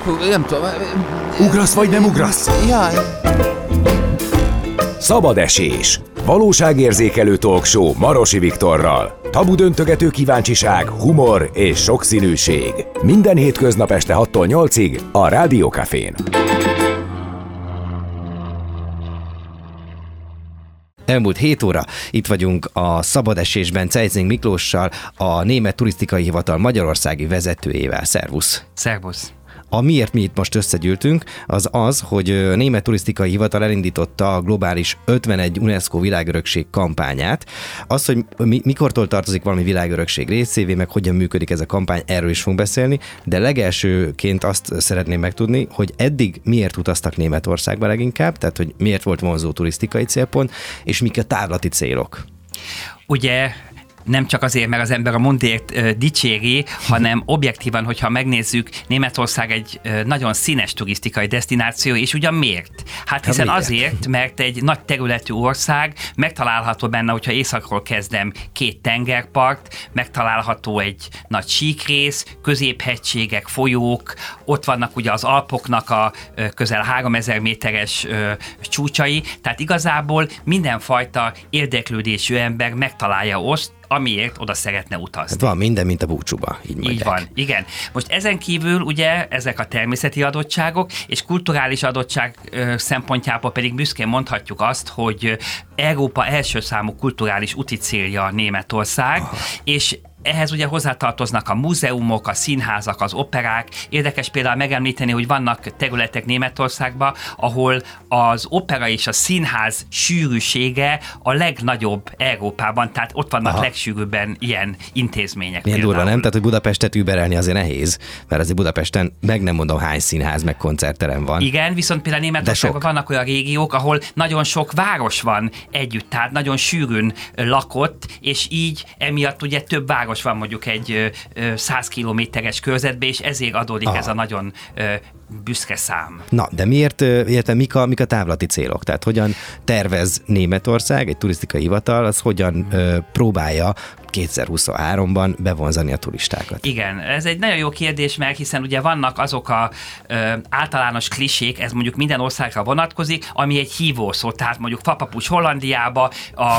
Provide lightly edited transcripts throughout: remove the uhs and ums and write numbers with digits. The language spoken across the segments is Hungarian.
Nem tudom. Ugrasz vagy nem ugrasz? Jaj. Szabad esés. Valóságérzékelő talkshow Marosi Viktorral. Tabu döntögető kíváncsiság, humor és sokszínűség. Minden hétköznap este 6-tól 8-ig a Rádió Cafén. Elmúlt 7 óra, itt vagyunk a Szabad Esésben Cejzing Miklóssal, a Német Turisztikai Hivatal magyarországi vezetőjével. Szervusz! Szervusz! Miért mi itt most összegyűltünk, az, hogy a Német Turisztikai Hivatal elindította a globális 51 UNESCO világörökség kampányát. Az, hogy mikortól tartozik valami világörökség részévé, meg hogyan működik ez a kampány, erről is fogunk beszélni, de legelsőként azt szeretném megtudni, hogy eddig miért utaztak Németországba leginkább, tehát hogy miért volt vonzó turisztikai célpont, és mik a távlati célok. Ugye nem csak azért, mert az ember a mondért dicséri, hanem objektívan, hogyha megnézzük, Németország egy nagyon színes turisztikai desztináció, és ugyan miért? Hát hiszen azért, mert egy nagy területű ország, megtalálható benne, hogyha északról kezdem, 2 tengerpart, megtalálható egy nagy síkrész, középhegységek, folyók, ott vannak ugye az Alpoknak a közel 3000 méteres csúcsai, tehát igazából mindenfajta érdeklődésű ember megtalálja azt, amiért oda szeretne utazni. Hát van minden, mint a búcsúba, így mondják. Így van, igen. Most ezen kívül ugye ezek a természeti adottságok, és kulturális adottság szempontjából pedig büszkén mondhatjuk azt, hogy Európa első számú kulturális úti célja Németország, és ehhez ugye hozzátartoznak a múzeumok, a színházak, az operák. Érdekes például megemlíteni, hogy vannak területek Németországban, ahol az opera és a színház sűrűsége a legnagyobb Európában, tehát ott vannak legsűrűbben ilyen intézmények. Milyen durva, nem? Tehát, hogy Budapestet überelni azért nehéz, mert azért Budapesten meg nem mondom hány színház, meg koncertterem van. Igen, viszont például Németországban vannak olyan régiók, ahol nagyon sok város van együtt, tehát nagyon sűrűn lakott, és így emiatt ugye több város van mondjuk egy 100 kilométeres körzetbe, és ezért adódik ez a nagyon büszke szám. Na, de miért mik a távlati célok? Tehát hogyan tervez Németország, egy turisztikai hivatal, az hogyan próbálja 2023-ban bevonzani a turistákat? Igen, ez egy nagyon jó kérdés, mert hiszen ugye vannak azok a általános klisék, ez mondjuk minden országra vonatkozik, ami egy hívószó, tehát mondjuk fapapucs Hollandiába,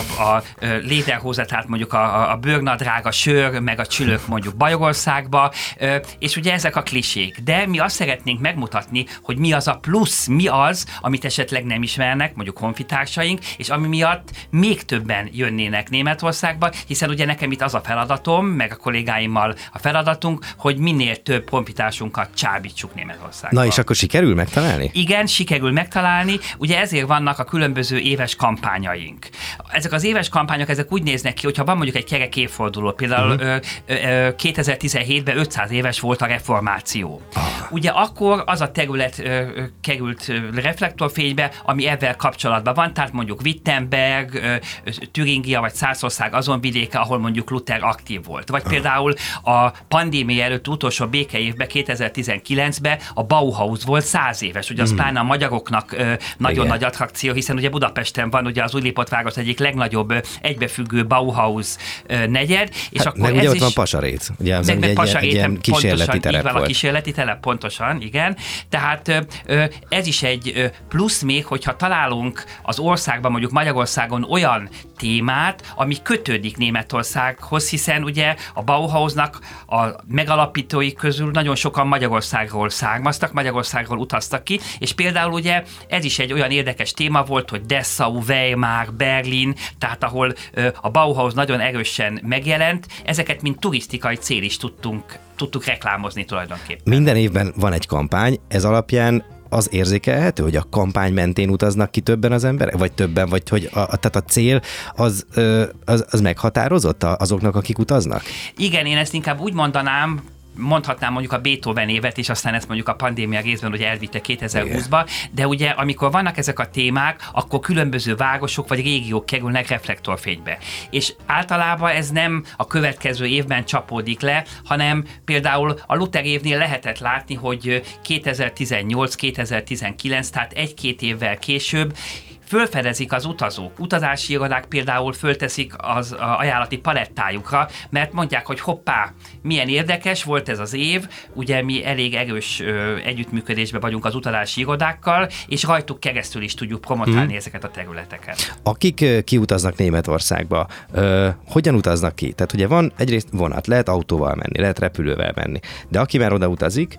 a léderhóza, tehát mondjuk a bőrnadrág, a sör, meg a csülök mondjuk Bajorországba, és ugye ezek a klisék. De mi azt szeretnénk megmutatni, hogy mi az a plusz, mi az, amit esetleg nem ismernek, mondjuk honfitársaink, és ami miatt még többen jönnének Németországba, hiszen ugye nekem itt az a feladatom, meg a kollégáimmal a feladatunk, hogy minél több honfitársunkat csábítsuk Németországba. Na és akkor sikerül megtalálni? Igen, sikerül megtalálni. Ugye ezért vannak a különböző éves kampányaink. Ezek az éves kampányok, ezek úgy néznek ki, hogyha van mondjuk egy kerek évforduló, például 2017-ben 500 éves volt a reformáció. Ugye akkor az a terület került reflektorfénybe, ami ezzel kapcsolatban van, tehát mondjuk Wittenberg, Türingia vagy Szászország azon vidéke, ahol mondjuk Luther aktív volt. Vagy például a pandémia előtt utolsó békeévben, 2019-ben a Bauhaus volt 100 éves. Ugye az pláne a magyaroknak nagyon nagy attrakció, hiszen ugye Budapesten van ugye az újlépott város egyik legnagyobb egybefüggő Bauhaus negyed. És akkor meg ez ugye ott is, van Pasarét. Ugye az egy ilyen kísérleti terep volt. A kísérleti telep, pontosan, igen. Tehát ez is egy plusz még, hogyha találunk az országban, mondjuk Magyarországon olyan témát, ami kötődik Németországhoz, hiszen ugye a Bauhausnak a megalapítói közül nagyon sokan Magyarországról származtak, Magyarországról utaztak ki, és például ugye ez is egy olyan érdekes téma volt, hogy Dessau, Weimar, Berlin, tehát ahol a Bauhaus nagyon erősen megjelent, ezeket mint turisztikai cél is tudtuk reklámozni tulajdonképpen. Minden évben van egy kampány, ez alapján az érzékelhető, hogy a kampány mentén utaznak ki többen az emberek, vagy többen, vagy hogy tehát a cél az meghatározott azoknak, akik utaznak? Igen, én ezt inkább úgy mondanám, mondhatnám mondjuk a Beethoven évet is, aztán ezt mondjuk a pandémia részben ugye elvitte 2020-ba, de ugye amikor vannak ezek a témák, akkor különböző városok vagy régiók kerülnek reflektorfénybe. És általában ez nem a következő évben csapódik le, hanem például a Luther évnél lehetett látni, hogy 2018-2019, tehát 1-2 évvel később fölfedezik az utazók. Utazási irodák például fölteszik az ajánlati palettájukra, mert mondják, hogy hoppá, milyen érdekes volt ez az év, ugye mi elég erős együttműködésben vagyunk az utazási irodákkal, és rajtuk keresztül is tudjuk promotálni ezeket a területeket. Akik kiutaznak Németországba, hogyan utaznak ki? Tehát ugye van egyrészt vonat, lehet autóval menni, lehet repülővel menni, de aki már oda utazik,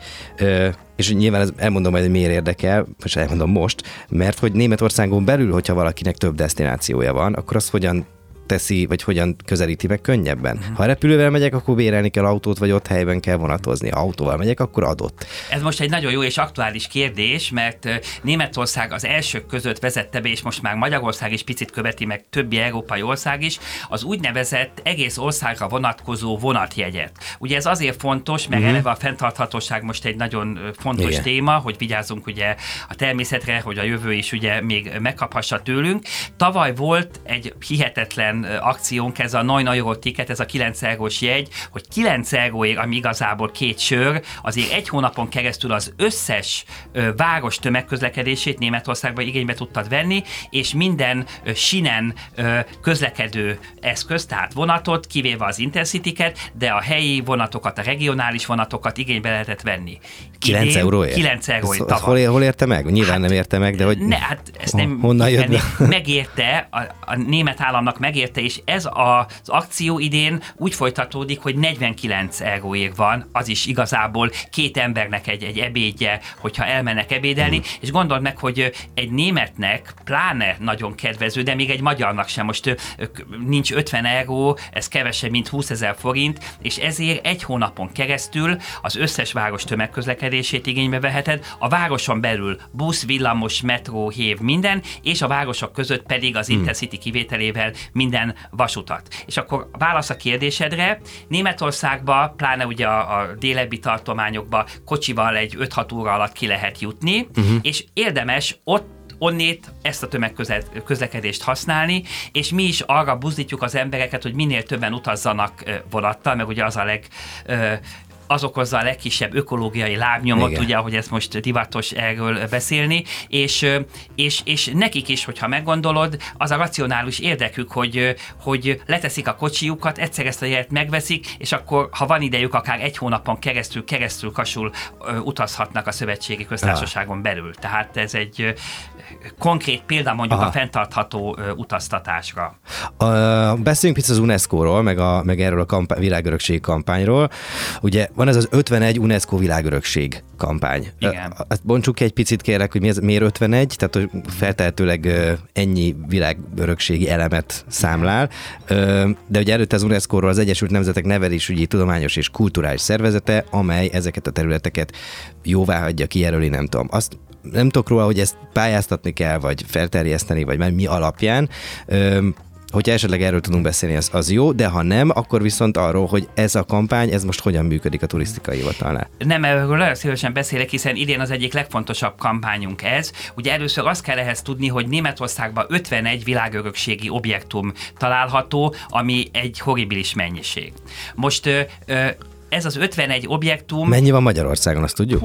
és nyilván elmondom, hogy miért érdekel, és elmondom most, mert hogy Németországon belül, hogyha valakinek több desztinációja van, akkor azt hogyan teszi, vagy hogyan közelíti meg könnyebben. Ha repülővel megyek, akkor bérelni kell autót, vagy ott helyben kell vonatozni. Ha autóval megyek, akkor adott. Ez most egy nagyon jó és aktuális kérdés, mert Németország az elsők között vezette be, és most már Magyarország is picit követi, meg többi európai ország is, az úgynevezett egész országra vonatkozó vonatjegyet. Ugye ez azért fontos, mert eleve a fenntarthatóság most egy nagyon fontos téma, hogy vigyázzunk ugye a természetre, hogy a jövő is ugye még megkaphassa tőlünk. Tavaly volt egy hihetetlen akciónk, ez a 9 Euro ticket, ez a 9 eurós jegy, hogy 9 euróért, ami igazából 2 sör, azért egy hónapon keresztül az összes város tömegközlekedését Németországban igénybe tudtad venni, és minden sinen közlekedő eszköz, tehát vonatot, kivéve az Intercity-ket, de a helyi vonatokat, a regionális vonatokat igénybe lehetett venni. 9 euróért? 9 euróért. Hol érte meg? Nyilván nem érte meg, de hogy... ezt nem honnan jött? Megérte, a német államnak megérte, és ez az akció idén úgy folytatódik, hogy 49 euróért van, az is igazából 2 embernek egy ebédje, hogyha elmennek ebédelni, és gondold meg, hogy egy németnek pláne nagyon kedvező, de még egy magyarnak sem, most nincs 50 euró, ez kevesebb, mint 20 000 forint, és ezért egy hónapon keresztül az összes város tömegközlekedését igénybe veheted, a városon belül busz, villamos, metró, hév, minden, és a városok között pedig az Intercity kivételével minden vasutat. És akkor válasz a kérdésedre, Németországba, pláne ugye a délebbi tartományokba kocsival egy 5-6 óra alatt ki lehet jutni, és érdemes onnét ezt a tömegközlekedést használni, és mi is arra buzdítjuk az embereket, hogy minél többen utazzanak vonattal, meg ugye az okozza a legkisebb ökológiai lábnyomot, igen. Ugye, ahogy ez most divatos erről beszélni, és nekik is, hogyha meggondolod, az a racionális érdekük, hogy leteszik a kocsijukat, egyszer ezt a jelet megveszik, és akkor, ha van idejük, akár egy hónapon keresztül kasul utazhatnak a szövetségi köztársaságon belül. Tehát ez egy konkrét példa mondjuk a fenntartható utaztatásra. Beszéljünk picit az UNESCO-ról, meg erről a világörökség kampányról. Ugye van ez az 51 UNESCO világörökség kampány. Igen. Ezt bontsuk ki egy picit, kérlek, hogy miért 51, tehát hogy feltehetőleg ennyi világörökségi elemet számlál, de ugye előtte az UNESCO-ról az Egyesült Nemzetek Nevelésügyi, Tudományos és Kulturális Szervezete, amely ezeket a területeket jóváhagyja, kijelöli, nem tudom. Azt nem tudok róla, hogy ezt pályáztatni kell, vagy felterjeszteni, vagy már mi alapján. Hogyha esetleg erről tudunk beszélni, az jó, de ha nem, akkor viszont arról, hogy ez a kampány, ez most hogyan működik a turisztikai hivatalnál. Nem, erről nagyon szívesen beszélek, hiszen idén az egyik legfontosabb kampányunk ez. Ugye először azt kell ehhez tudni, hogy Németországban 51 világörökségi objektum található, ami egy horribilis mennyiség. Most ez az 51 objektum... Mennyi van Magyarországon, azt tudjuk?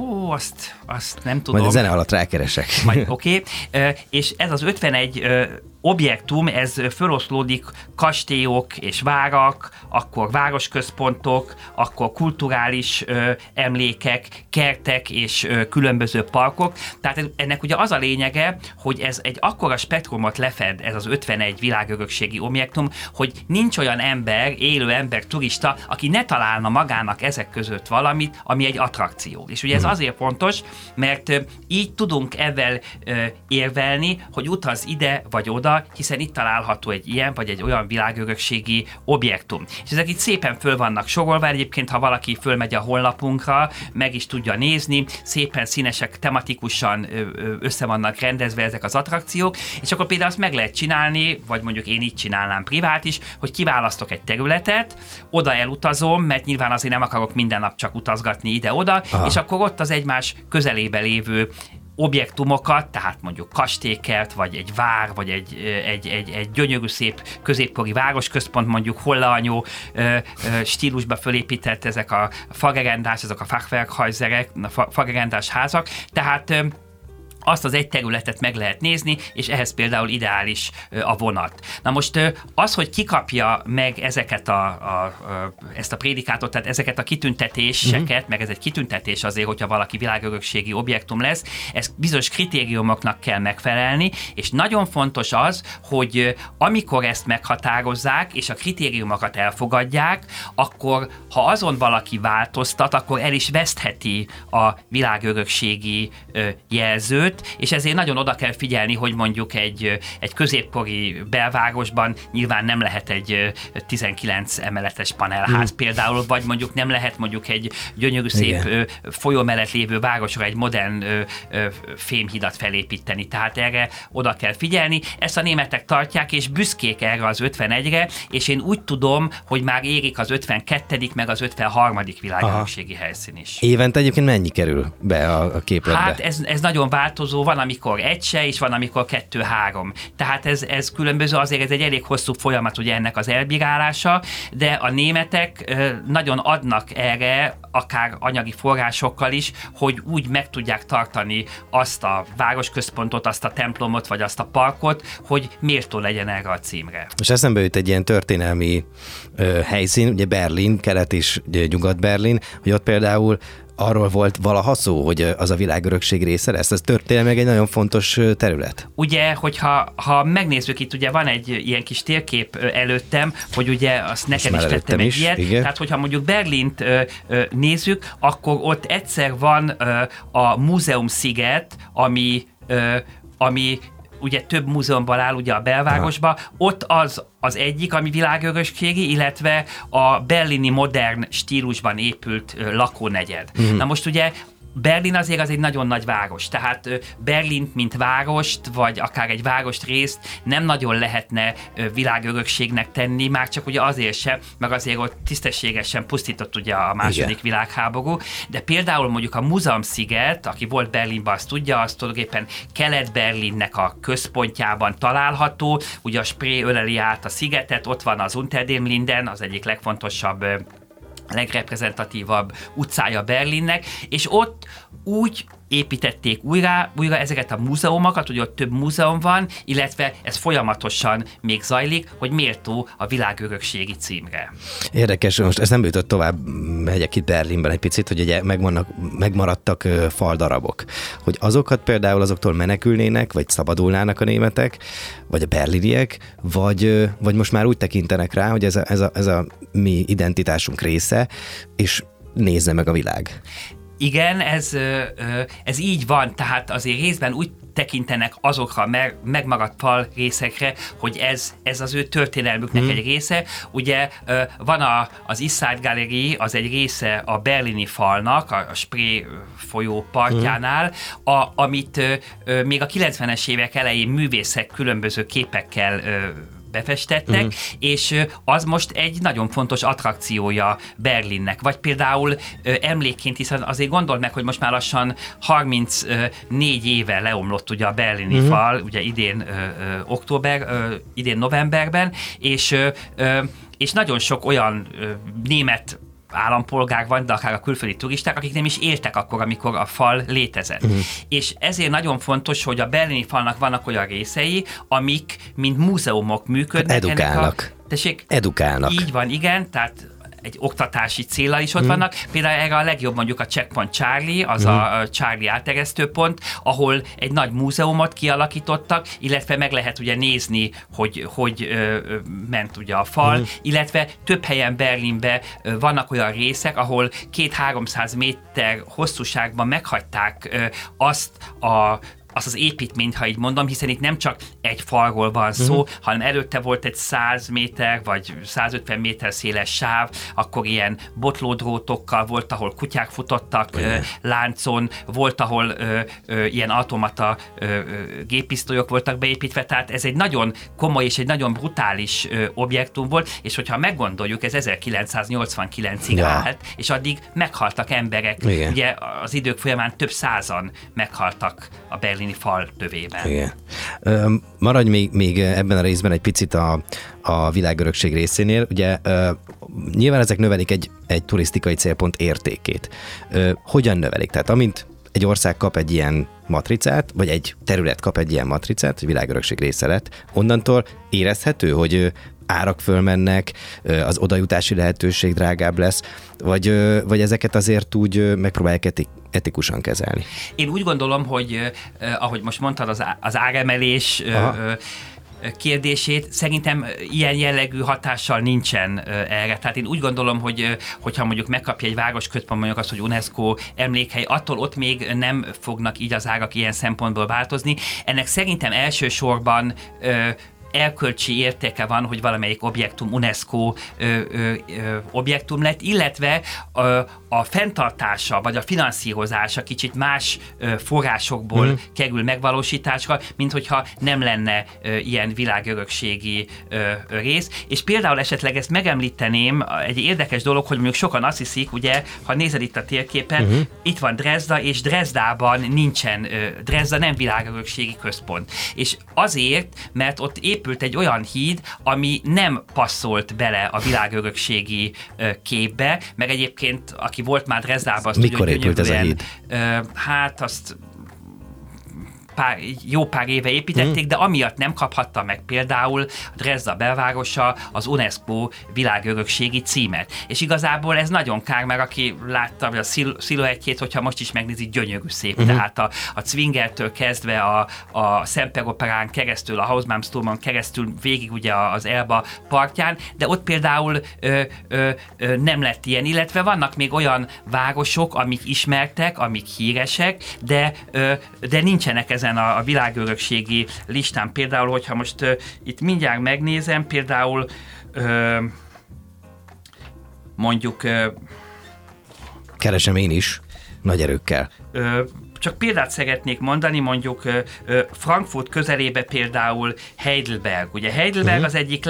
Azt nem tudom. Majd a zene alatt rákeresek. Oké. És ez az 51 objektum, ez föloszlódik kastélyok és várak, akkor városközpontok, akkor kulturális emlékek, kertek és különböző parkok. Tehát ennek ugye az a lényege, hogy ez egy akkora spektrumot lefed, ez az 51 világörökségi objektum, hogy nincs olyan élő ember, turista, aki ne találna magának ezek között valamit, ami egy attrakció. És ugye ez azért fontos, mert így tudunk ezzel érvelni, hogy utaz ide vagy oda, hiszen itt található egy ilyen, vagy egy olyan világörökségi objektum. És ezek itt szépen föl vannak sorolva, egyébként, ha valaki fölmegy a honlapunkra, meg is tudja nézni, szépen színesek, tematikusan össze vannak rendezve ezek az attrakciók, és akkor például azt meg lehet csinálni, vagy mondjuk én így csinálnám privát is, hogy kiválasztok egy területet, oda elutazom, mert nyilván azért nem akarok minden nap csak utazgatni ide-oda, és akkor ott az egymás közelébe lévő objektumokat, tehát mondjuk kastélykert, vagy egy vár, vagy egy gyönyörű szép középkori városközpont, mondjuk Hollaanyó stílusba fölépített ezek a fagerendás, ezek a Fachwerkhäuserek, a fagerendás házak, tehát azt az egy területet meg lehet nézni, és ehhez például ideális a vonat. Na most az, hogy kikapja meg ezeket ezt a prédikátot, tehát ezeket a kitüntetéseket, meg ez egy kitüntetés azért, hogyha valaki világörökségi objektum lesz, ez bizonyos kritériumoknak kell megfelelni, és nagyon fontos az, hogy amikor ezt meghatározzák, és a kritériumokat elfogadják, akkor ha azon valaki változtat, akkor el is vesztheti a világörökségi jelzőt, és ezért nagyon oda kell figyelni, hogy mondjuk egy középkori belvárosban nyilván nem lehet egy 19 emeletes panelház például, vagy mondjuk nem lehet mondjuk egy gyönyörű szép folyó mellett lévő városra egy modern fémhidat felépíteni. Tehát erre oda kell figyelni. Ezt a németek tartják, és büszkék erre az 51-re, és én úgy tudom, hogy már érik az 52. meg az 53. világörökségi helyszín is. Évente egyébként mennyi kerül be a képletbe? Hát ez nagyon változó, van amikor egy se, és van amikor 2-3. Tehát ez különböző, azért ez egy elég hosszú folyamat ugye ennek az elbírálása, de a németek nagyon adnak erre, akár anyagi forrásokkal is, hogy úgy meg tudják tartani azt a városközpontot, azt a templomot, vagy azt a parkot, hogy méltó legyen erre a címre. És eszembe jut egy ilyen történelmi helyszín, ugye Berlin, Kelet és Nyugat-Berlin, hogy ott például arról volt valaha szó, hogy az a világörökség része lesz? Ez tényleg egy nagyon fontos terület. Ugye, hogyha megnézzük itt, ugye van egy ilyen kis térkép előttem, hogy ugye azt neked is tettem egy ilyet. Igen. Tehát, hogyha mondjuk Berlint nézzük, akkor ott egyszer van a Múzeumsziget, ami ugye több múzeumban áll ugye a belvárosban, ott az egyik, ami világörökségi, illetve a berlini modern stílusban épült lakónegyed. Na most ugye Berlin azért az egy nagyon nagy város, tehát Berlint, mint várost, vagy akár egy várost részt nem nagyon lehetne világörökségnek tenni, már csak ugye azért sem, meg azért ott tisztességesen pusztított ugye a második világháború, de például mondjuk a Múzeumsziget, aki volt Berlinben, azt tudja, az tulajdonképpen Kelet-Berlinnek a központjában található, ugye a Spree öleli át a szigetet, ott van az Unter den Linden, az egyik legfontosabb, legreprezentatívabb utcája Berlinnek, és ott úgy építették újra ezeket a múzeumokat, ugye ott több múzeum van, illetve ez folyamatosan még zajlik, hogy méltó a világörökségi címre. Érdekes, most ez nem jutott tovább, megyek itt Berlinben egy picit, hogy ugye megmaradtak faldarabok. Hogy azoktól menekülnének, vagy szabadulnának a németek, vagy a berliniek, vagy most már úgy tekintenek rá, hogy ez a mi identitásunk része, és nézze meg a világ. Igen, ez így van, tehát azért részben úgy tekintenek azokra megmaradt fal részekre, hogy ez az ő történelmüknek egy része. Ugye van az East Side Gallery, az egy része a berlini falnak, a Spree folyó partjánál, amit még a 90-es évek elején művészek különböző képekkel befestettek, és az most egy nagyon fontos attrakciója Berlinnek. Vagy például emlékként, hiszen azért gondold meg, hogy most már lassan 34 éve leomlott ugye a berlini fal, ugye idén novemberben, és nagyon sok olyan német állampolgár van, de akár a külföldi turisták, akik nem is éltek akkor, amikor a fal létezett. És ezért nagyon fontos, hogy a berlini falnak vannak olyan részei, amik mint múzeumok működnek. Edukálnak. Edukálnak. Így van, igen, tehát egy oktatási céllal is ott vannak. Például erre a legjobb mondjuk a Checkpoint Charlie, az a Charlie áteresztőpont, ahol egy nagy múzeumot kialakítottak, illetve meg lehet ugye nézni, hogy ment ugye a fal, illetve több helyen Berlinben vannak olyan részek, ahol 200-300 méter hosszúságban meghagyták azt az építményt, ha így mondom, hiszen itt nem csak egy falról van szó, hanem előtte volt egy 100 méter vagy 150 méter széles sáv, akkor ilyen botlódrótokkal volt, ahol kutyák futottak láncon, volt, ahol ilyen automata géppisztolyok voltak beépítve, tehát ez egy nagyon komoly és egy nagyon brutális objektum volt, és hogyha meggondoljuk, ez 1989-ig állt, és addig meghaltak emberek. Igen. Ugye az idők folyamán több százan meghaltak a berlini fal tövében. Igen. Maradj még ebben a részben egy picit a világörökség részénél. Ugye nyilván ezek növelik egy turisztikai célpont értékét. Hogyan növelik? Tehát amint egy ország kap egy ilyen matricát, vagy egy terület kap egy ilyen matricát, hogy világörökség része lett, onnantól érezhető, hogy árak fölmennek, az odajutási lehetőség drágább lesz, vagy ezeket azért úgy megpróbálják etikusan kezelni? Én úgy gondolom, hogy ahogy most mondtad, az áremelés kérdését, szerintem ilyen jellegű hatással nincsen erre. Tehát én úgy gondolom, hogyha mondjuk megkapja egy városközpont mondjuk azt, hogy UNESCO emlékhely, attól ott még nem fognak így az árak ilyen szempontból változni. Ennek szerintem elsősorban erkölcsi értéke van, hogy valamelyik objektum UNESCO objektum lett, illetve a fenntartása vagy a finanszírozása kicsit más forrásokból kerül megvalósításra, mint hogyha nem lenne ilyen világörökségi rész. És például esetleg ezt megemlíteném, egy érdekes dolog, hogy mondjuk sokan azt hiszik, ugye, ha nézed itt a térképen, itt van Dresda, és Dresdában nincsen, Dresda nem világörökségi központ. És azért, mert ott épült egy olyan híd, ami nem passzolt bele a világörökségi képbe, meg egyébként, aki volt már Dresdában, azt mikor épült ez a híd? Hát azt jó pár éve építették, de amiatt nem kaphatta meg például Dresda belvárosa az UNESCO világörökségi címet. És igazából ez nagyon kár, mert aki látta a sziluettjét, hogyha most is megnézi, gyönyörű szép. Tehát a Zwingertől kezdve a Semperoperán keresztül, a Hausmannsturmon keresztül végig ugye az Elba partján, de ott például nem lett ilyen, illetve vannak még olyan városok, amik ismertek, amik híresek, de nincsenek ezen a világörökségi listán. Például, hogyha most itt mindjárt megnézem, például mondjuk keresem én is, nagy erőkkel. Csak példát szeretnék mondani, mondjuk Frankfurt közelébe például Heidelberg. Ugye Heidelberg az egyik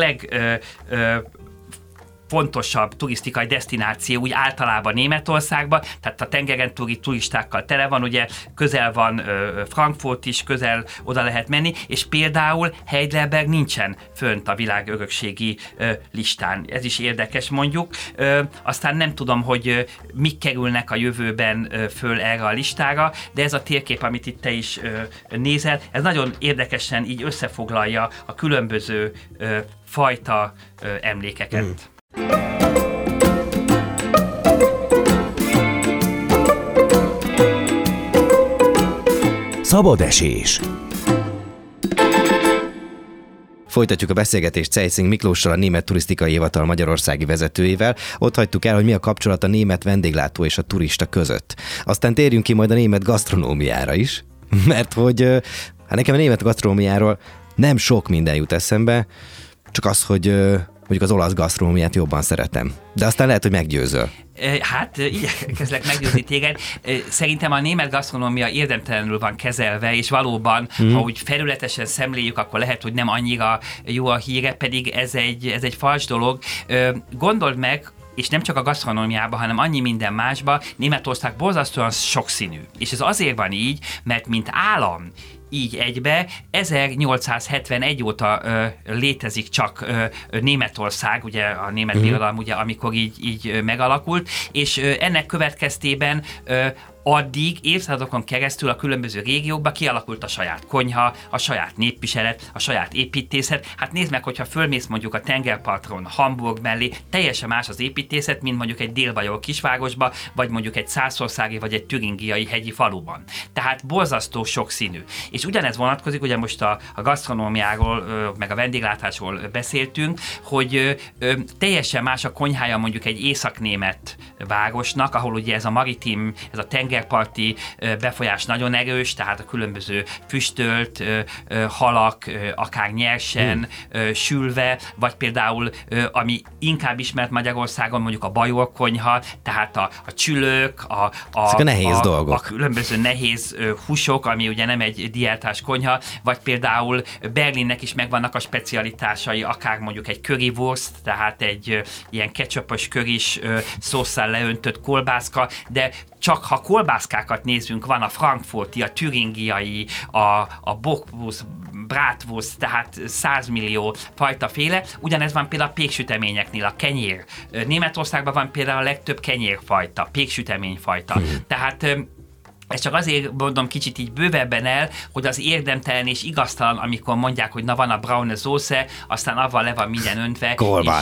fontosabb turisztikai desztináció úgy általában Németországban, tehát a tengeren túli turistákkal tele van, ugye közel van Frankfurt is, közel oda lehet menni, és például Heidelberg nincsen fönt a világörökségi listán. Ez is érdekes mondjuk. Aztán nem tudom, hogy mik kerülnek a jövőben föl erre a listára, de ez a térkép, amit itt te is nézel, ez nagyon érdekesen így összefoglalja a különböző fajta emlékeket. Szabad esés. Folytatjuk a beszélgetést Ceicing Miklóssal, a Német Turisztikai Hivatal magyarországi vezetőjével. Ott hagytuk el, hogy mi a kapcsolat a német vendéglátó és a turista között. Aztán térjünk ki majd a német gasztronómiára is, mert hogy nekem a német gasztronómiáról nem sok minden jut eszembe, csak az, hogy mondjuk az olasz gasztronómiát jobban szeretem. De aztán lehet, hogy meggyőzöl. Hát, igyekezlek meggyőzni téged. Szerintem a német gasztronómia érdemtelenül van kezelve, és valóban, ha úgy felületesen szemléljük, akkor lehet, hogy nem annyira jó a híre, pedig ez egy fals dolog. Gondold meg, és nem csak a gasztronómiában, hanem annyi minden másban, Németország borzasztóan sokszínű. És ez azért van így, mert mint állam, így egybe 1871 óta létezik csak Németország, ugye a német birodalom, ugye, amikor így megalakult, és ennek következtében addig évszázadokon keresztül a különböző régiókban kialakult a saját konyha, a saját népviselet, a saját építészet. Hát nézd meg, hogyha fölmész mondjuk a tengerparton, Hamburg mellé, teljesen más az építészet, mint mondjuk egy dél-bajor kisvárosba, vagy mondjuk egy szászországi, vagy egy türingiai hegyi faluban. Tehát borzasztó sokszínű. És ugyanez vonatkozik, ugye most a gasztronómiáról, meg a vendéglátásról beszéltünk, hogy teljesen más a konyhája mondjuk egy északnémet városnak, ahol ugye ez a maritim, ez a tengerparti befolyás nagyon erős, tehát a különböző füstölt halak, akár nyersen, sülve, vagy például, ami inkább ismert Magyarországon, mondjuk a bajor konyha, tehát a csülők, a nehéz dolgok. A különböző nehéz húsok, ami ugye nem egy diétás konyha, vagy például Berlinnek is megvannak a specialitásai, akár mondjuk egy currywurst, tehát egy ilyen ketchupos currys szósszal leöntött kolbászka, de csak ha kolbászkákat nézzünk, van a frankfurti, a türingiai, a bockwurst, bratwurst, tehát 100 millió fajtaféle. Ugyanez van például a péksüteményeknél, a kenyér. Németországban van például a legtöbb kenyérfajta, péksüteményfajta. Tehát ezt csak azért mondom kicsit így bővebben el, hogy az érdemtelen és igaztalan, amikor mondják, hogy na van a braune Soße, aztán avval le van minden öntve,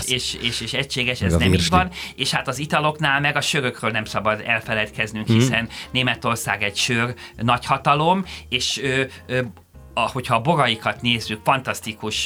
és egységes, ez nem így van. És hát az italoknál meg a sörökről nem szabad elfeledkeznünk, hiszen Németország egy sör nagyhatalom, és hogyha a boraikat nézzük, fantasztikus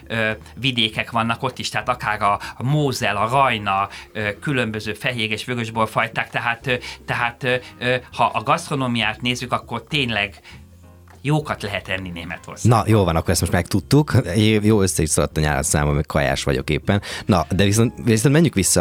vidékek vannak ott is, tehát akár a Mosel, a Rajna, különböző fehér és vörösborfajták, tehát ha a gasztronómiát nézzük, akkor tényleg jókat lehet enni Németországban. Na, jó van, akkor ezt most megtudtuk. Jó össze is szaladt a nyálat számom, meg kajás vagyok éppen. Na, de viszont menjünk vissza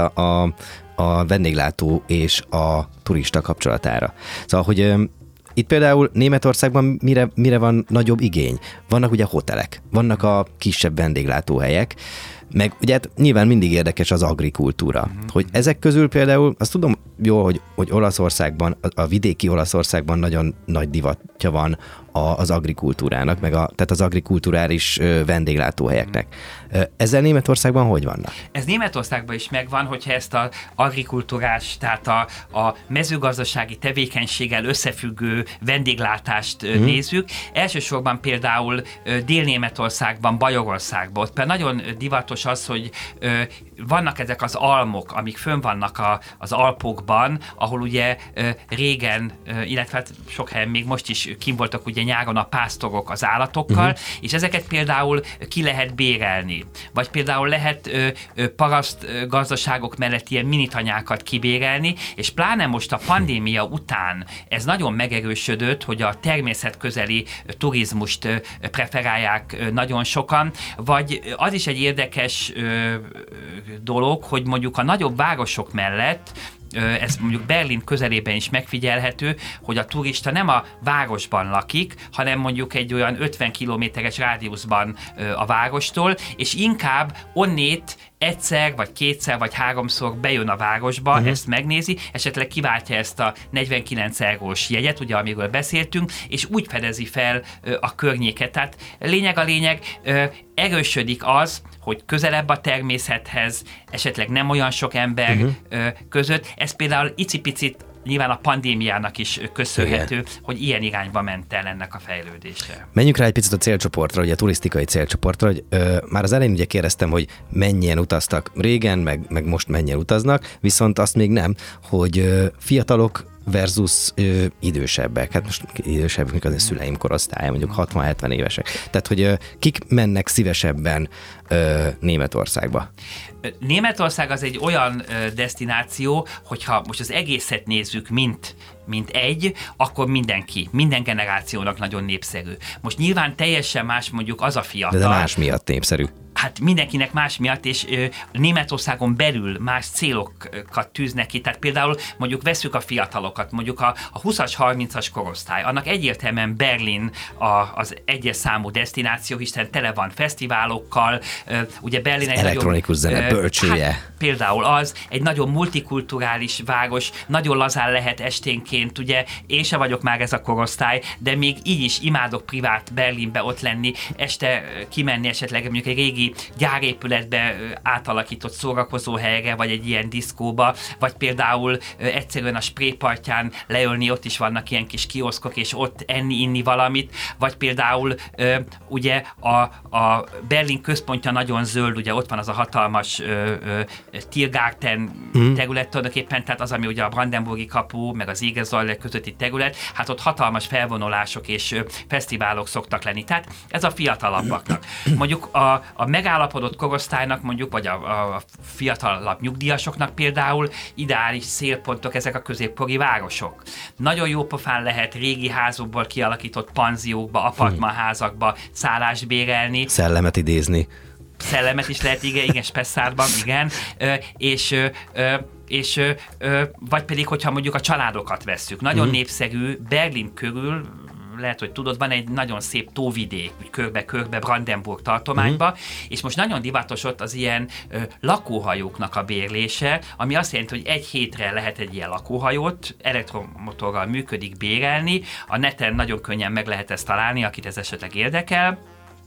a vendéglátó és a turista kapcsolatára. Szóval, hogy itt például Németországban mire van nagyobb igény? Vannak ugye hotelek, vannak a kisebb vendéglátóhelyek, meg ugye hát nyilván mindig érdekes az agrikultúra. Hogy ezek közül például, azt tudom jól, hogy Olaszországban, a vidéki Olaszországban nagyon nagy divatja van az agrikultúrának, tehát az agrikulturális vendéglátóhelyeknek. Ezzel Németországban hogy vannak? Ez Németországban is megvan, hogyha ezt az agrikultúrás, tehát a mezőgazdasági tevékenységgel összefüggő vendéglátást nézzük. Elsősorban például Dél-Németországban, Bajorországban, ott például nagyon divatos az, hogy vannak ezek az almok, amik fönn vannak az Alpokban, ahol ugye régen, illetve hát sok helyen még most is kim voltak ugye nyáron a pásztorok az állatokkal, és ezeket például ki lehet bérelni. Vagy például lehet paraszt gazdaságok mellett ilyen minitanyákat kibérelni, és pláne most a pandémia után ez nagyon megerősödött, hogy a természetközeli turizmust preferálják nagyon sokan, vagy az is egy érdekes dolog, hogy mondjuk a nagyobb városok mellett, ez mondjuk Berlin közelében is megfigyelhető, hogy a turista nem a városban lakik, hanem mondjuk egy olyan 50 kilométeres rádiuszban a várostól, és inkább onnét egyszer, vagy kétszer, vagy háromszor bejön a városba, ezt megnézi, esetleg kiváltja ezt a 49 eurós jegyet, ugye, amiről beszéltünk, és úgy fedezi fel a környéket. Tehát lényeg, erősödik az, hogy közelebb a természethez, esetleg nem olyan sok ember között. Ez például icipicit nyilván a pandémiának is köszönhető, hogy ilyen irányba ment el ennek a fejlődése. Menjünk rá egy picit a célcsoportra, ugye a turisztikai célcsoportra, hogy már az elején ugye kérdeztem, hogy mennyien utaztak régen, meg most mennyien utaznak, viszont azt még nem, hogy fiatalok versus idősebbek. Hát most idősebbek, mikor az a szüleim korosztálya, mondjuk 60-70 évesek. Tehát, hogy kik mennek szívesebben Németországba? Németország az egy olyan desztináció, hogyha most az egészet nézzük, mint egy, akkor minden generációnak nagyon népszerű. Most nyilván teljesen más mondjuk az a fiatal. De más miatt népszerű. Hát mindenkinek más miatt, és Németországon belül más célokat tűznek ki. Tehát például mondjuk vesszük a fiatalokat, mondjuk a 20-as, 30-as korosztály. Annak egyértelműen Berlin az egyes számú desztináció, hiszen tele van fesztiválokkal. Ugye Berlin egy elektronikus zene bölcsője. Hát, például az, egy nagyon multikulturális város, nagyon lazán lehet esténként, ugye én se vagyok már ez a korosztály, de még így is imádok privát Berlinbe ott lenni, este kimenni esetleg mondjuk egy régi gyárépületbe átalakított szórakozóhelyre, vagy egy ilyen diszkóba, vagy például egyszerűen a Spree partján leölni, ott is vannak ilyen kis kioszkok, és ott enni-inni valamit, vagy például ugye a Berlin központja nagyon zöld, ugye ott van az a hatalmas Tiergarten terület tulajdonképpen, tehát az, ami ugye a Brandenburgi kapu, meg az Siegessäule közötti terület, hát ott hatalmas felvonulások és fesztiválok szoktak lenni. Tehát ez a fiatalabbaknak. Mondjuk a megállapodott korosztálynak mondjuk, vagy a fiatalabb nyugdíjasoknak például ideális célpontok ezek a középkori városok. Nagyon jó pofán lehet régi házokból kialakított panziókba, apartmanházakba szállást bérelni. Szellemet idézni. Szellemet is lehet, igen, Spessartban, igen. És vagy pedig, hogyha mondjuk a családokat vesszük. Nagyon népszerű Berlin körül, lehet, hogy tudod, van egy nagyon szép tóvidék, úgy körbe-körbe Brandenburg tartományba, és most nagyon divatos ott az ilyen lakóhajóknak a bérlése, ami azt jelenti, hogy egy hétre lehet egy ilyen lakóhajót, elektromotorral működik, bérelni, a neten nagyon könnyen meg lehet ezt találni, akit ez esetleg érdekel,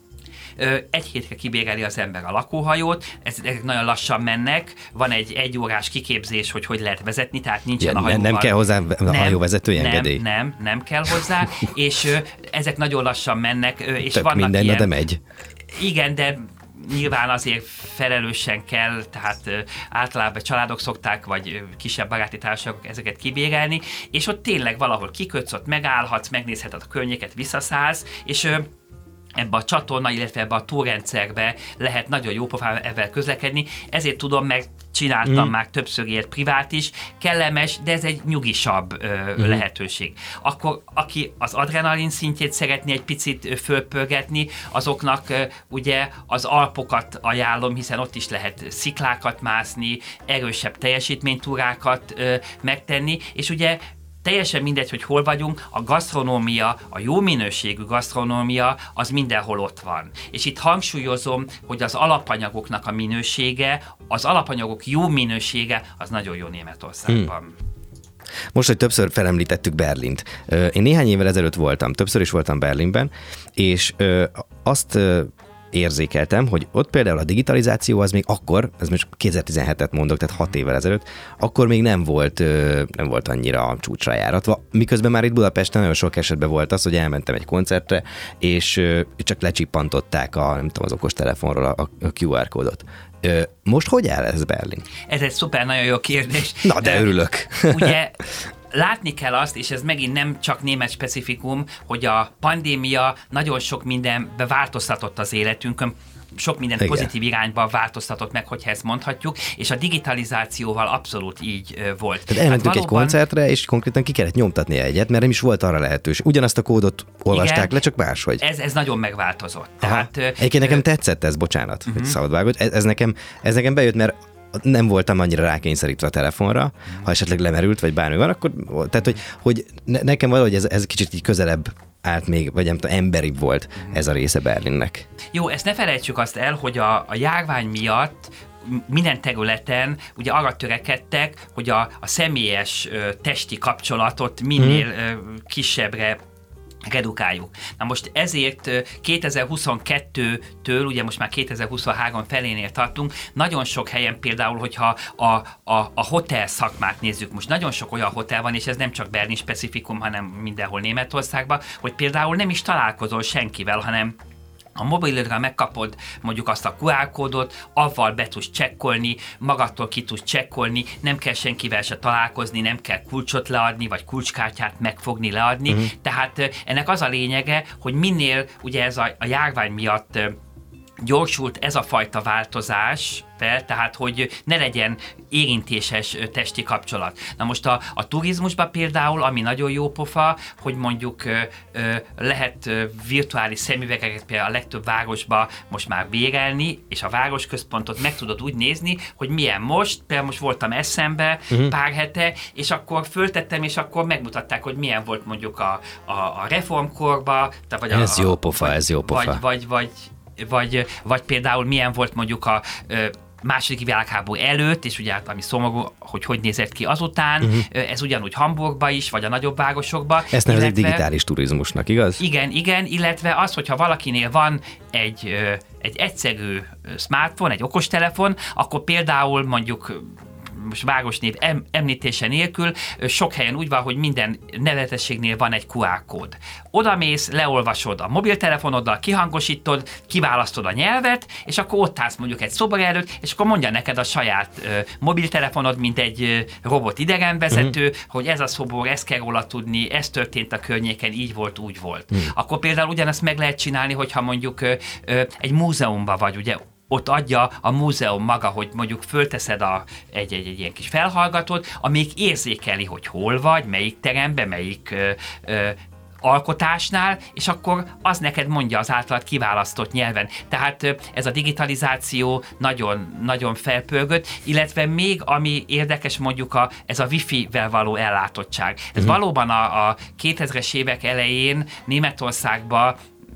egy hétre kibéreli az ember a lakóhajót, ezek nagyon lassan mennek, van egy 1 órás kiképzés, hogy lehet vezetni, tehát nincsen a hajóval. Nem kell hozzá a hajóvezetői engedély? Nem kell hozzá, és ezek nagyon lassan mennek, és tök vannak minden, ilyen... de megy. Igen, de nyilván azért felelősen kell, tehát általában családok szokták, vagy kisebb baráti társaságok ezeket kibérelni, és ott tényleg valahol kikötsz, ott megállhatsz, megnézheted a környéket, visszaszállsz, és ebbe a csatorna, illetve ebbe a túrrendszerbe lehet nagyon jó pofán ebben közlekedni, ezért tudom, meg csináltam már többször ilyet privát is, kellemes, de ez egy nyugisabb lehetőség. Akkor aki az adrenalin szintjét szeretné egy picit fölpörgetni, azoknak ugye az Alpokat ajánlom, hiszen ott is lehet sziklákat mászni, erősebb teljesítménytúrákat megtenni, és ugye teljesen mindegy, hogy hol vagyunk, a gasztronómia, a jó minőségű gasztronómia az mindenhol ott van. És itt hangsúlyozom, hogy az alapanyagoknak a minősége, az alapanyagok jó minősége az nagyon jó Németországban. Most, hogy többször felemlítettük Berlint. Én néhány évvel ezelőtt többször is voltam Berlinben, és azt érzékeltem, hogy ott például a digitalizáció az még akkor, ez most 2017-et mondok, tehát 6 évvel ezelőtt, akkor még nem volt annyira csúcsra járatva, miközben már itt Budapesten nagyon sok esetben volt az, hogy elmentem egy koncertre, és csak lecsippantották az okostelefonról a QR kódot. Most hogy áll ez Berlin? Ez egy szuper, nagyon jó kérdés. Na, de örülök. Ugye látni kell azt, és ez megint nem csak német specifikum, hogy a pandémia nagyon sok mindenbe változtatott az életünkön, sok minden pozitív irányba változtatott meg, hogyha ezt mondhatjuk, és a digitalizációval abszolút így volt. Tehát elmentünk egy koncertre, és konkrétan ki kellett nyomtatni egyet, mert nem is volt arra lehetőség. Ugyanazt a kódot olvasták le, csak máshogy. Ez nagyon megváltozott. Tehát, egyébként nekem tetszett ez, bocsánat, hogy szabadvágod. Ez nekem bejött, mert nem voltam annyira rákényszerítve a telefonra, ha esetleg lemerült, vagy bármi van, akkor, tehát, hogy nekem valahogy ez kicsit így közelebb állt még, vagy nem tudom, emberibb volt ez a része Berlinnek. Jó, ezt ne felejtsük azt el, hogy a járvány miatt minden területen ugye arra törekedtek, hogy a személyes testi kapcsolatot minél kisebbre redukáljuk. Na most ezért 2022-től, ugye most már 2023 felénél tartunk, nagyon sok helyen például, hogyha a hotel szakmát nézzük, most nagyon sok olyan hotel van, és ez nem csak Berlin specifikum, hanem mindenhol Németországban, hogy például nem is találkozol senkivel, hanem a mobilodra megkapod mondjuk azt a QR kódot, avval be tudsz csekkolni, magadtól ki tudsz csekkolni, nem kell senkivel se találkozni, nem kell kulcsot leadni, vagy kulcskártyát megfogni, leadni. Tehát ennek az a lényege, hogy minél ugye ez a járvány miatt gyorsult ez a fajta változás, tehát hogy ne legyen érintéses testi kapcsolat. Na most a turizmusban például, ami nagyon jó pofa, hogy mondjuk lehet virtuális szemüvegeket például a legtöbb városban most már bérelni, és a városközpontot meg tudod úgy nézni, hogy milyen most, például most voltam Essenbe pár hete, és akkor föltettem, és akkor megmutatták, hogy milyen volt mondjuk a reformkorban. Ez jó pofa. Vagy például milyen volt mondjuk a második világháború előtt, és ugye ami szomorú, hogy nézett ki azután, ez ugyanúgy Hamburgba is, vagy a nagyobb városokba. Ezt nevezik digitális turizmusnak, igaz? Igen, illetve az, hogyha valakinél van egy egyszerű smartphone, egy okostelefon, akkor például mondjuk most városnév említése nélkül, sok helyen úgy van, hogy minden nevetességnél van egy QR kód. Odamész, leolvasod a mobiltelefonoddal, kihangosítod, kiválasztod a nyelvet, és akkor ott állsz mondjuk egy szoba előtt, és akkor mondja neked a saját mobiltelefonod, mint egy robot idegenvezető, hogy ez a szobor, ezt kell róla tudni, ez történt a környéken, így volt, úgy volt. Akkor például ugyanezt meg lehet csinálni, hogyha mondjuk egy múzeumban vagy, ugye, ott adja a múzeum maga, hogy mondjuk fölteszed egy ilyen kis felhallgatót, amelyik érzékeli, hogy hol vagy, melyik teremben, melyik alkotásnál, és akkor az neked mondja az általad kiválasztott nyelven. Tehát ez a digitalizáció nagyon, nagyon felpörgött, illetve még ami érdekes mondjuk ez a Wi-Fi-vel való ellátottság. Ez valóban a 2000-es évek elején Németországban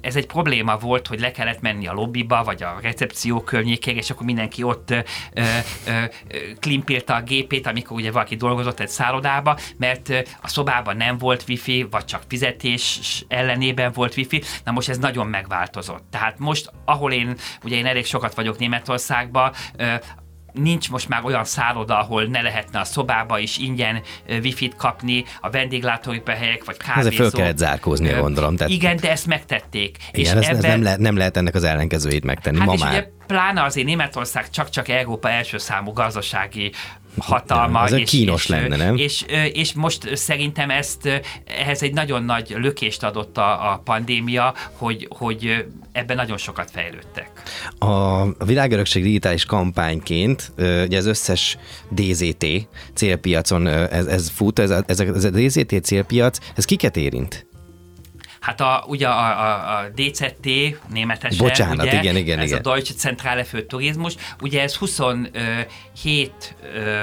ez egy probléma volt, hogy le kellett menni a lobbiba, vagy a recepció környékére, és akkor mindenki ott klimpilte a gépét, amikor ugye valaki dolgozott egy szállodába, mert a szobában nem volt wifi, vagy csak fizetés ellenében volt wifi. Na most ez nagyon megváltozott. Tehát most, ahol én elég sokat vagyok Németországban, nincs most már olyan szálloda, ahol ne lehetne a szobába is ingyen wifi-t kapni, a vendéglátóipar-helyek, vagy kávézó. Ezzel föl kellett zárkózni, gondolom. Tehát... Igen, de ezt megtették. Igen, és nem lehet ennek az ellenkezőjét megtenni hát ma és már. Ugye, pláne azért Németország csak Európa első számú gazdasági hatalma. Ez kínos lenne, nem? És most szerintem ehhez egy nagyon nagy lökést adott a pandémia, hogy ebben nagyon sokat fejlődtek. A Világörökség digitális kampányként ugye az összes DZT célpiacon ez fut, ez a DZT célpiac, ez kiket érint? Hát ugye a DZT németesen, bocsánat, ugye, igen. A Deutsche Zentrale für Tourismus, ugye ez 27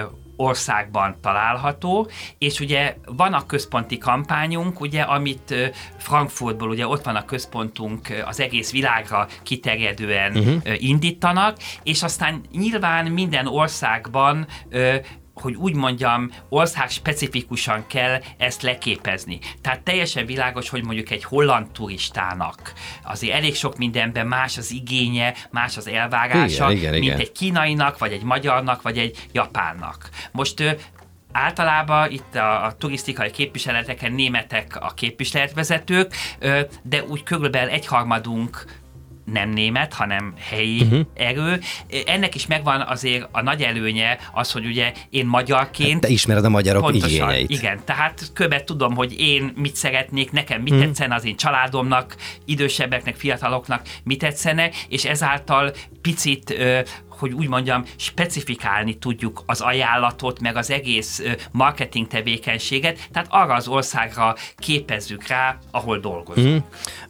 országban található, és ugye van a központi kampányunk, ugye, amit Frankfurtból, ugye ott van a központunk, az egész világra kiterjedően indítanak, és aztán nyilván minden országban hogy úgy mondjam, ország specifikusan kell ezt leképezni. Tehát teljesen világos, hogy mondjuk egy holland turistának azért elég sok mindenben más az igénye, más az elvárása, mint egy kínainak, vagy egy magyarnak, vagy egy japánnak. Most általában itt a turisztikai képviseleteken németek a képviseletvezetők, de úgy körülbelül egyharmadunk nem német, hanem helyi erő. Ennek is megvan azért a nagy előnye az, hogy ugye én magyarként... Te ismered a magyarok pontosan, igényeit. Igen, tehát követ tudom, hogy én mit szeretnék, nekem mit tetszene, az én családomnak, idősebbeknek, fiataloknak mit tetszene, és ezáltal picit hogy úgy mondjam, specifikálni tudjuk az ajánlatot, meg az egész marketing tevékenységet, tehát arra az országra képezzük rá, ahol dolgozunk.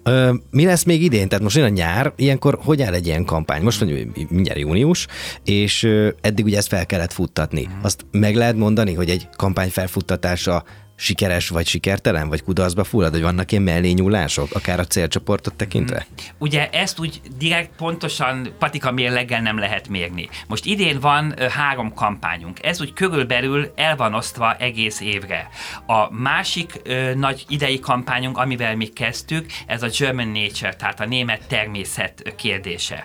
Mi lesz még idén? Tehát most jön a nyár, ilyenkor hogy áll egy ilyen kampány? Most mondjuk mindjárt június, és eddig ugye ezt fel kellett futtatni. Azt meg lehet mondani, hogy egy kampány felfuttatása sikeres vagy sikertelen, vagy kudarcba fullad, hogy vannak ilyen mellényúlások, akár a célcsoportot tekintve? Ugye ezt úgy direkt pontosan patika mérleggel nem lehet mérni. Most idén van 3 kampányunk. Ez úgy körülbelül el van osztva egész évre. A másik nagy idei kampányunk, amivel mi kezdtük, ez a German Nature, tehát a német természet kérdése.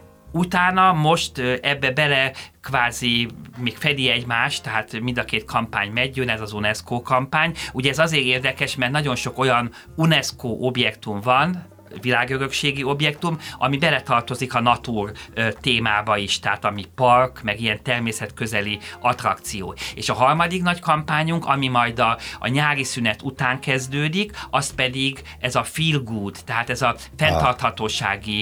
Utána most ebbe bele kvázi még fedi egymást, tehát mind a két kampány megjön, ez az UNESCO kampány. Ugye ez azért érdekes, mert nagyon sok olyan UNESCO objektum van, világörökségi objektum, ami beletartozik a Natur témába is, tehát ami park, meg ilyen természetközeli attrakció. És a harmadik nagy kampányunk, ami majd a nyári szünet után kezdődik, az pedig ez a feel good, tehát ez a fenntarthatósági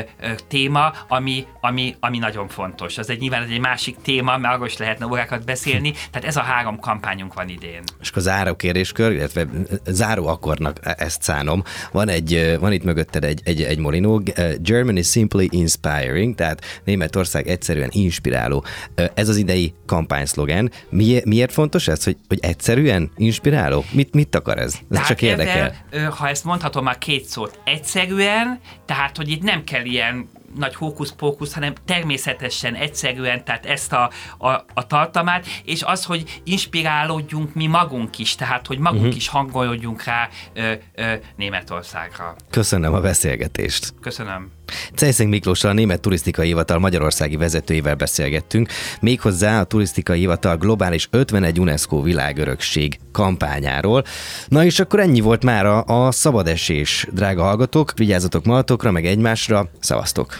téma, ami nagyon fontos. Az nyilván egy másik téma, mert arról is lehetne órákat beszélni, tehát ez a 3 kampányunk van idén. És a záró kérdéskör, illetve záró akkornak ezt szánom. Van itt mögötted egy molinó, Germany is simply inspiring, tehát Németország egyszerűen inspiráló. Ez az idei kampányszlogen. Miért fontos ez, hogy egyszerűen inspiráló? Mit akar ez? Ez csak érdekel. Ha ezt mondhatom már 2 szót, egyszerűen, tehát hogy itt nem kell ilyen nagy hókusz-pókusz, hanem természetesen, egyszerűen, tehát ezt a tartalmát, és az, hogy inspirálódjunk mi magunk is, tehát, hogy magunk is hangolódjunk rá Németországra. Köszönöm a beszélgetést. Köszönöm. Ceissing Miklóssal, a Német Turisztikai Hivatal magyarországi vezetőjével beszélgettünk, méghozzá a Turisztikai Hivatal globális 51 UNESCO világörökség kampányáról. Na és akkor ennyi volt már a szabadesés, drága hallgatók, vigyázzatok magatokra, meg egymásra, szevasztok!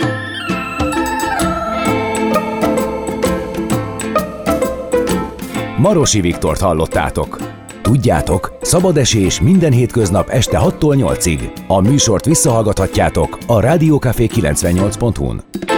Marosi Viktort hallottátok. Tudjátok, szabadesés minden hétköznap este 6-tól 8-ig. A műsort visszahallgathatjátok a rádiókafé 98.hu-n.